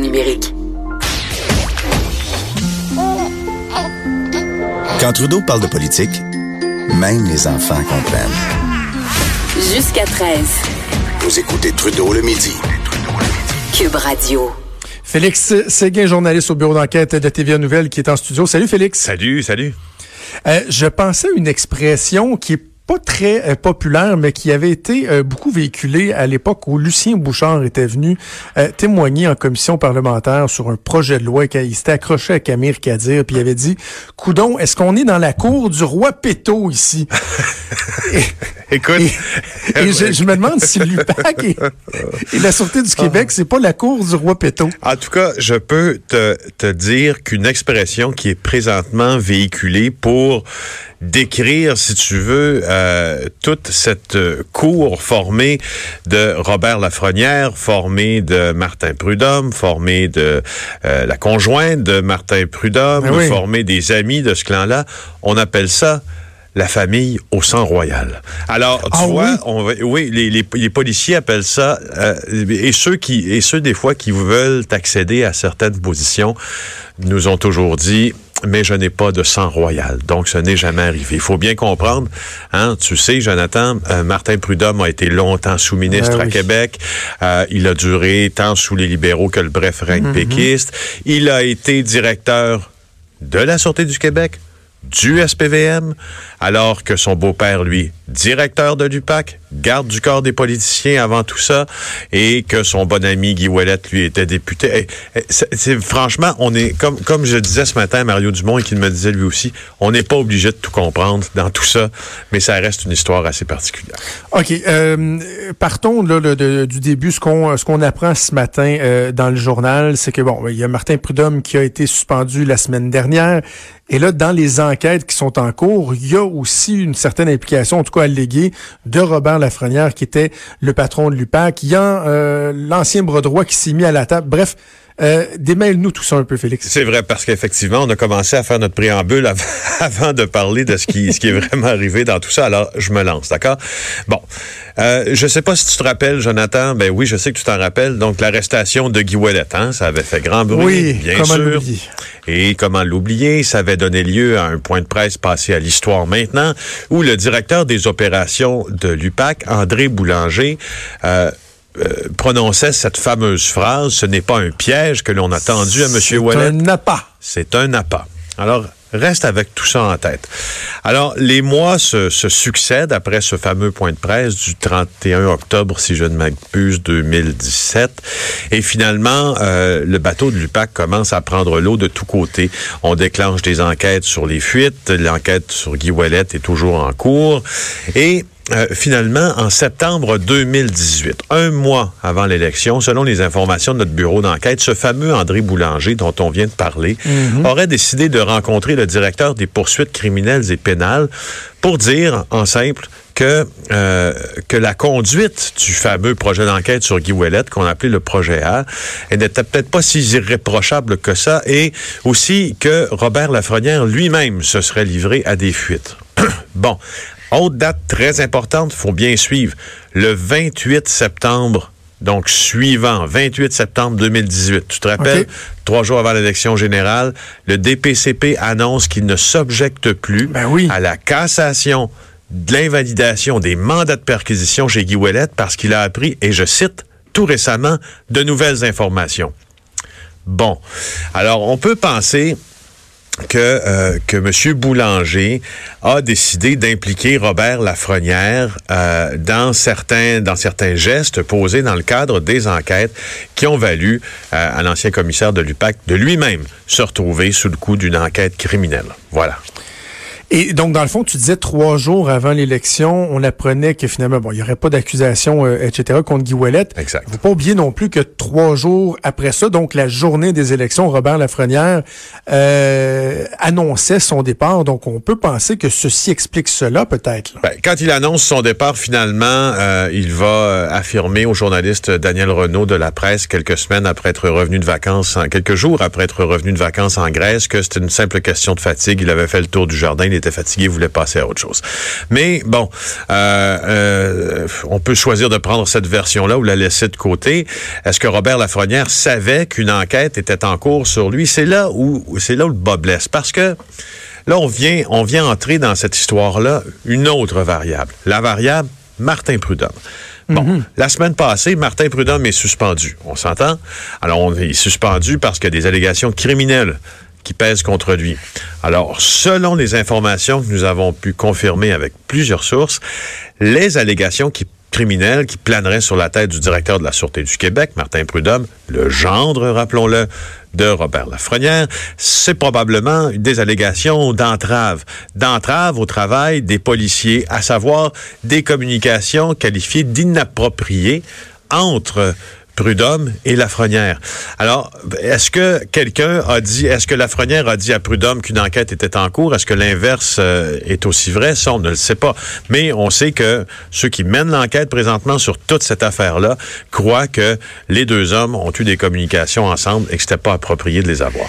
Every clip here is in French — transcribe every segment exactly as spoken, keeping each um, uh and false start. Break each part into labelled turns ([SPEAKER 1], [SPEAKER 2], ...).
[SPEAKER 1] numérique.
[SPEAKER 2] Quand Trudeau parle de politique, même les enfants comprennent.
[SPEAKER 1] Jusqu'à treize.
[SPEAKER 2] Vous écoutez Trudeau le midi.
[SPEAKER 1] Cube Radio.
[SPEAKER 3] Félix Séguin, journaliste au bureau d'enquête de T V A Nouvelles, qui est en studio. Salut Félix.
[SPEAKER 4] Salut, salut.
[SPEAKER 3] Euh, je pensais à une expression qui est pas très euh, populaire, mais qui avait été euh, beaucoup véhiculée à l'époque où Lucien Bouchard était venu euh, témoigner en commission parlementaire sur un projet de loi qu'il s'était accroché à Camille Kadir, puis il avait dit « Coudon, est-ce qu'on est dans la cour du roi Péto ici? » et,
[SPEAKER 4] Écoute...
[SPEAKER 3] Et, et je, je me demande si l'U P A C et, et la Sûreté du Québec, c'est pas la cour du roi Péto.
[SPEAKER 4] En tout cas, je peux te, te dire qu'une expression qui est présentement véhiculée pour décrire, si tu veux, euh, toute cette euh, cour formée de Robert Lafrenière, formée de Martin Prudhomme, formée de euh, la conjointe de Martin Prudhomme, oui. formée des amis de ce clan-là, on appelle ça la famille au sang royal. Alors, tu ah vois, oui, on, oui les, les, les policiers appellent ça, euh, et ceux qui, et ceux des fois qui veulent accéder à certaines positions, nous ont toujours dit, mais je n'ai pas de sang royal. Donc, ce n'est jamais arrivé. Il faut bien comprendre, hein, tu sais, Jonathan, euh, Martin Prudhomme a été longtemps sous-ministre ah, à oui. Québec. Euh, il a duré tant sous les libéraux que le bref règne mm-hmm. péquiste. Il a été directeur de la Sûreté du Québec, du S P V M, alors que son beau-père, lui, directeur de l'U P A C, garde du corps des politiciens avant tout ça, et que son bon ami Guy Ouellette, lui, était député. C'est, c'est, franchement, on est, comme, comme je disais ce matin à Mario Dumont, et qu'il me disait lui aussi, on n'est pas obligé de tout comprendre dans tout ça, mais ça reste une histoire assez particulière.
[SPEAKER 3] OK. Euh, partons là, le, de, du début. Ce qu'on, ce qu'on apprend ce matin euh, dans le journal, c'est que, bon, il y a Martin Prudhomme qui a été suspendu la semaine dernière. Et là, dans les enquêtes qui sont en cours, il y a aussi une certaine implication, en tout cas alléguée, de Robert Lafrenière, qui était le patron de l'U P A C. Il y a euh, l'ancien bras droit qui s'est mis à la table. Bref, euh, démêle-nous tout ça un peu, Félix.
[SPEAKER 4] C'est vrai, parce qu'effectivement, on a commencé à faire notre préambule av- avant de parler de ce qui, ce qui est vraiment arrivé dans tout ça. Alors, je me lance, d'accord? Bon. Euh, je sais pas si tu te rappelles, Jonathan. Ben oui, je sais que tu t'en rappelles. Donc, l'arrestation de Guy Ouellette, hein, ça avait fait grand bruit,
[SPEAKER 3] oui,
[SPEAKER 4] bien
[SPEAKER 3] comment
[SPEAKER 4] sûr.
[SPEAKER 3] L'oublier?
[SPEAKER 4] Et comment l'oublier? Ça avait donné lieu à un point de presse passé à l'histoire maintenant, où le directeur des opérations de l'U P A C, André Boulanger, euh, Euh, prononçait cette fameuse phrase, ce n'est pas un piège que l'on a tendu à M. Ouellette.
[SPEAKER 3] C'est un appât.
[SPEAKER 4] C'est un appât. Alors, reste avec tout ça en tête. Alors, les mois se, se succèdent après ce fameux point de presse du trente et un octobre, si je ne m'abuse, deux mille dix-sept. Et finalement, euh, le bateau de l'U P A C commence à prendre l'eau de tous côtés. On déclenche des enquêtes sur les fuites. L'enquête sur Guy Ouellette est toujours en cours. Et Euh, finalement, en septembre deux mille dix-huit, un mois avant l'élection, selon les informations de notre bureau d'enquête, ce fameux André Boulanger, dont on vient de parler, mm-hmm. aurait décidé de rencontrer le directeur des poursuites criminelles et pénales pour dire, en simple, que euh, que la conduite du fameux projet d'enquête sur Guy Ouellette, qu'on appelait le projet A, elle n'était peut-être pas si irréprochable que ça, et aussi que Robert Lafrenière lui-même se serait livré à des fuites. Bon. Autre date très importante, il faut bien suivre, le vingt-huit septembre, donc suivant, vingt-huit septembre deux mille dix-huit. Tu te rappelles, okay. Trois jours avant l'élection générale, le D P C P annonce qu'il ne s'objecte plus
[SPEAKER 3] ben oui.
[SPEAKER 4] à la cassation de l'invalidation des mandats de perquisition chez Guy Ouellette parce qu'il a appris, et je cite, tout récemment, de nouvelles informations. Bon, alors on peut penser que euh, que M. Boulanger a décidé d'impliquer Robert Lafrenière euh, dans certains dans certains gestes posés dans le cadre des enquêtes qui ont valu euh, à l'ancien commissaire de l'U P A C de lui-même se retrouver sous le coup d'une enquête criminelle. Voilà.
[SPEAKER 3] Et donc, dans le fond, tu disais trois jours avant l'élection, on apprenait que finalement, bon, il n'y aurait pas d'accusation, euh, et cetera, contre Guy Ouellette.
[SPEAKER 4] Exact.
[SPEAKER 3] Il ne faut pas oublier non plus que trois jours après ça, donc la journée des élections, Robert Lafrenière euh, annonçait son départ. Donc, on peut penser que ceci explique cela, peut-être.
[SPEAKER 4] Ben, quand il annonce son départ, finalement, euh, il va euh, affirmer au journaliste Daniel Renaud de La Presse, quelques semaines après être revenu de vacances, en, quelques jours après être revenu de vacances en Grèce, que c'était une simple question de fatigue. Il avait fait le tour du jardin, il était fatigué, voulait passer à autre chose. Mais bon, euh, euh, on peut choisir de prendre cette version-là ou la laisser de côté. Est-ce que Robert Lafrenière savait qu'une enquête était en cours sur lui? C'est là où, c'est là où le bas blesse. Parce que là, on vient, on vient entrer dans cette histoire-là une autre variable. La variable Martin Prudhomme. Bon, mm-hmm. La semaine passée, Martin Prudhomme est suspendu. On s'entend? Alors, on est suspendu parce qu'il y a des allégations criminelles qui pèsent contre lui. Alors, selon les informations que nous avons pu confirmer avec plusieurs sources, les allégations qui criminels qui planeraient sur la tête du directeur de la Sûreté du Québec, Martin Prudhomme, le gendre, rappelons-le, de Robert Lafrenière, c'est probablement des allégations d'entrave. D'entrave au travail des policiers, à savoir des communications qualifiées d'inappropriées entre Prudhomme et Lafrenière. Alors, est-ce que quelqu'un a dit, est-ce que Lafrenière a dit à Prudhomme qu'une enquête était en cours? Est-ce que l'inverse euh, est aussi vrai? Ça, on ne le sait pas. Mais on sait que ceux qui mènent l'enquête présentement sur toute cette affaire-là croient que les deux hommes ont eu des communications ensemble et que c'était pas approprié de les avoir.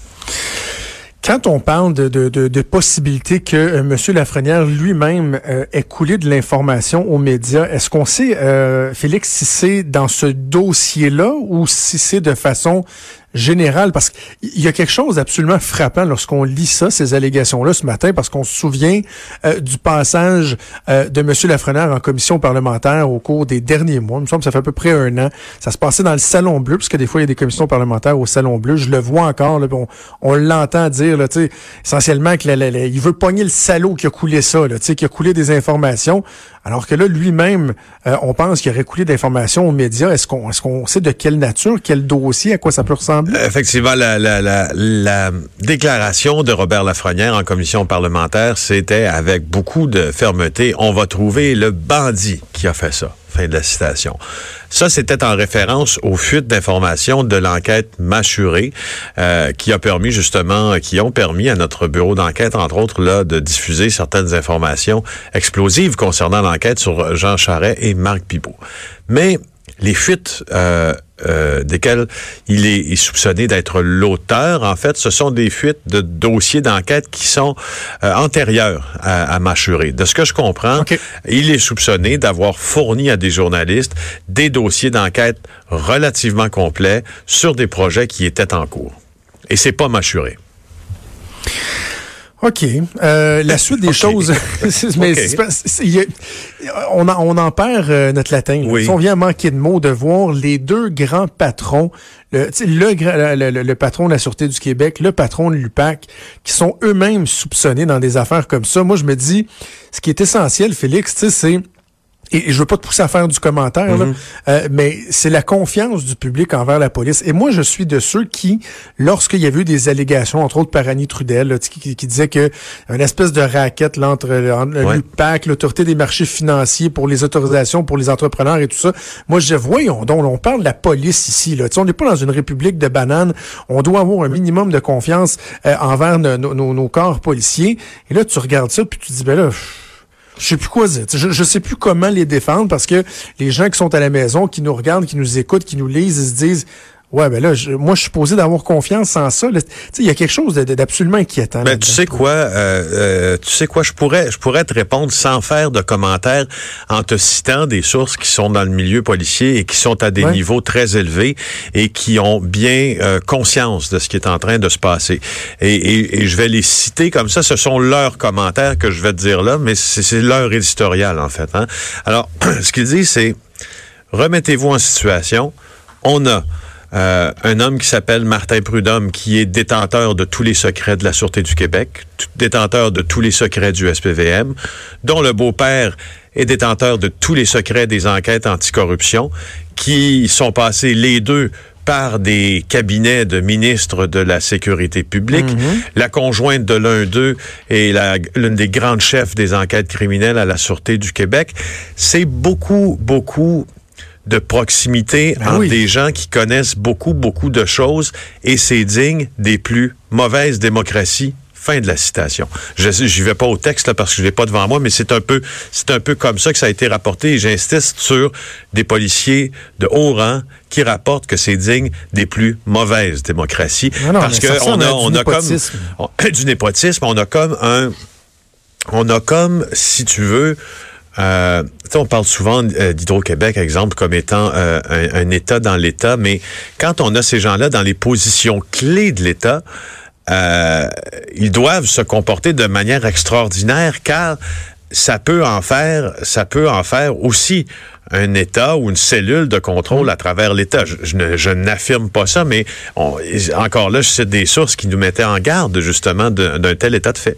[SPEAKER 3] Quand on parle de, de, de, de possibilité que euh, M. Lafrenière lui-même euh, ait coulé de l'information aux médias, est-ce qu'on sait, euh, Félix, si c'est dans ce dossier-là ou si c'est de façon générale? Parce qu'il y a quelque chose d'absolument frappant lorsqu'on lit ça, ces allégations-là ce matin, parce qu'on se souvient euh, du passage euh, de M. Lafrenière en commission parlementaire au cours des derniers mois. Il me semble que ça fait à peu près un an. Ça se passait dans le Salon Bleu, parce que des fois, il y a des commissions parlementaires au Salon Bleu. Je le vois encore, là, on, on l'entend dire, là, essentiellement, que la, la, la, il veut pogner le salaud qui a coulé ça, là, qui a coulé des informations. Alors que là, lui-même, euh, on pense qu'il aurait coulé d'informations aux médias. Est-ce qu'on, est-ce qu'on sait de quelle nature, quel dossier, à quoi ça peut ressembler?
[SPEAKER 4] Effectivement, la, la, la, la déclaration de Robert Lafrenière en commission parlementaire, c'était avec beaucoup de fermeté. On va trouver le bandit qui a fait ça. Fin de la citation. Ça, c'était en référence aux fuites d'informations de l'enquête Machuré, euh, qui a permis justement, qui ont permis à notre bureau d'enquête, entre autres, là, de diffuser certaines informations explosives concernant l'enquête sur Jean Charest et Marc Bibot. Mais les fuites euh, euh, desquelles il est, est soupçonné d'être l'auteur, en fait, ce sont des fuites de dossiers d'enquête qui sont euh, antérieurs à, à Machuré. De ce que je comprends, okay. Il est soupçonné d'avoir fourni à des journalistes des dossiers d'enquête relativement complets sur des projets qui étaient en cours. Et c'est pas Machuré.
[SPEAKER 3] OK. Euh, la suite des okay. choses, mais okay. c'est pas, c'est, y a, on, en, on en perd euh, notre latin. Oui. On vient à manquer de mots de voir les deux grands patrons, le, le, le, le, le patron de la Sûreté du Québec, le patron de l'U P A C, qui sont eux-mêmes soupçonnés dans des affaires comme ça. Moi, je me dis, ce qui est essentiel, Félix, c'est... Et je veux pas te pousser à faire du commentaire, mm-hmm. là, euh, mais c'est la confiance du public envers la police. Et moi, je suis de ceux qui, lorsqu'il y avait eu des allégations, entre autres par Annie Trudel, là, qui, qui disait que une espèce de racket là, entre, entre ouais. l'U P A C, l'Autorité des marchés financiers pour les autorisations pour les entrepreneurs et tout ça, moi, je dis, voyons donc, on parle de la police ici. Là. On n'est pas dans une république de bananes. On doit avoir un minimum de confiance euh, envers nos, nos, nos corps policiers. Et là, tu regardes ça, puis tu te dis, ben là... Je sais plus quoi dire. Je, je sais plus comment les défendre parce que les gens qui sont à la maison, qui nous regardent, qui nous écoutent, qui nous lisent, ils se disent ouais, ben là, je, moi, je suis posé d'avoir confiance en ça. Tu sais, il y a quelque chose de, de, d'absolument inquiétant.
[SPEAKER 4] Ben, tu sais quoi, euh, euh, tu sais quoi, je pourrais, je pourrais te répondre sans faire de commentaires en te citant des sources qui sont dans le milieu policier et qui sont à des ouais. niveaux très élevés et qui ont bien euh, conscience de ce qui est en train de se passer. Et, et, et je vais les citer comme ça. Ce sont leurs commentaires que je vais te dire là, mais c'est, c'est leur éditorial, en fait. Hein? Alors, ce qu'ils disent, c'est remettez-vous en situation. On a Euh, un homme qui s'appelle Martin Prudhomme, qui est détenteur de tous les secrets de la Sûreté du Québec, t- détenteur de tous les secrets du S P V M, dont le beau-père est détenteur de tous les secrets des enquêtes anticorruption, qui sont passés les deux par des cabinets de ministres de la Sécurité publique. Mm-hmm. La conjointe de l'un d'eux est la, l'une des grandes chefs des enquêtes criminelles à la Sûreté du Québec. C'est beaucoup, beaucoup de proximité ben entre oui. des gens qui connaissent beaucoup, beaucoup de choses et c'est digne des plus mauvaises démocraties. Fin de la citation. Je j'y vais pas au texte là, parce que je l'ai pas devant moi, mais c'est un peu c'est un peu comme ça que ça a été rapporté et j'insiste sur des policiers de haut rang qui rapportent que c'est digne des plus mauvaises démocraties. Non, non, parce que on a on a comme on, du népotisme, on a comme un on a comme, si tu veux, euh, on parle souvent euh, d'Hydro-Québec, exemple, comme étant euh, un, un État dans l'État, mais quand on a ces gens-là dans les positions clés de l'État, euh, ils doivent se comporter de manière extraordinaire, car ça peut en faire, ça peut en faire aussi un État ou une cellule de contrôle à travers l'État. Je, je, ne, je n'affirme pas ça, mais on, encore là, je cite des sources qui nous mettaient en garde justement d'un, d'un tel état de fait.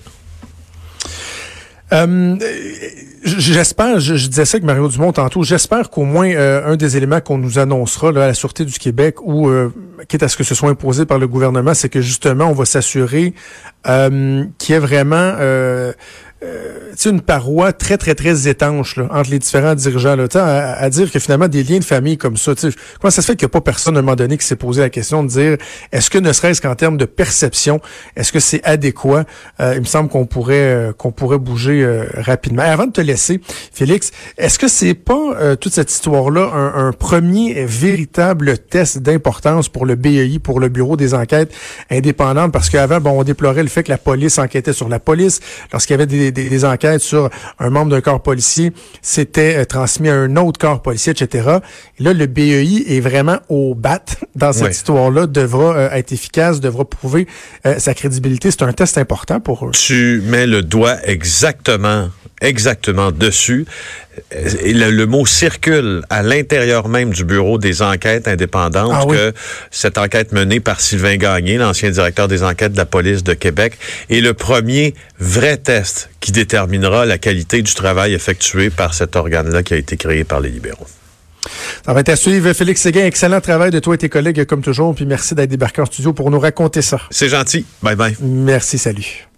[SPEAKER 3] Euh, j'espère, je, je disais ça avec Mario Dumont tantôt, j'espère qu'au moins euh, un des éléments qu'on nous annoncera là, à la Sûreté du Québec, ou euh, quitte à ce que ce soit imposé par le gouvernement, c'est que justement, on va s'assurer euh, qu'il y ait vraiment euh, euh, une paroi très, très, très étanche là, entre les différents dirigeants. Là, à, à dire que finalement, des liens de famille comme ça, comment ça se fait qu'il n'y a pas personne à un moment donné qui s'est posé la question de dire, est-ce que ne serait-ce qu'en termes de perception, est-ce que c'est adéquat? Euh, il me semble qu'on pourrait euh, qu'on pourrait bouger euh, rapidement. Et avant de te laisser, Félix, est-ce que c'est pas euh, toute cette histoire-là un, un premier véritable test d'importance pour le B E I, pour le Bureau des enquêtes indépendantes? Parce qu'avant, bon, on déplorait le fait que la police enquêtait sur la police. Lorsqu'il y avait des, des, des enquêtes sur un membre d'un corps policier, c'était euh, transmis à un autre corps policier, et cetera. Et là, le B E I est vraiment au bat dans cette oui. histoire-là, devra euh, être efficace, devra prouver euh, sa crédibilité. C'est un test important pour eux.
[SPEAKER 4] Tu mets le doigt exactement, exactement dessus. Et le, le mot circule à l'intérieur même du Bureau des enquêtes indépendantes ah, oui. que cette enquête menée par Sylvain Gagné, l'ancien directeur des enquêtes de la police de Québec, est le premier vrai test qui déterminera la qualité du travail effectué par cet organe-là qui a été créé par les libéraux.
[SPEAKER 3] Ça va être à suivre. Félix Séguin, excellent travail de toi et tes collègues comme toujours, puis merci d'être débarqué en studio pour nous raconter ça.
[SPEAKER 4] C'est gentil. Bye bye.
[SPEAKER 3] Merci, salut.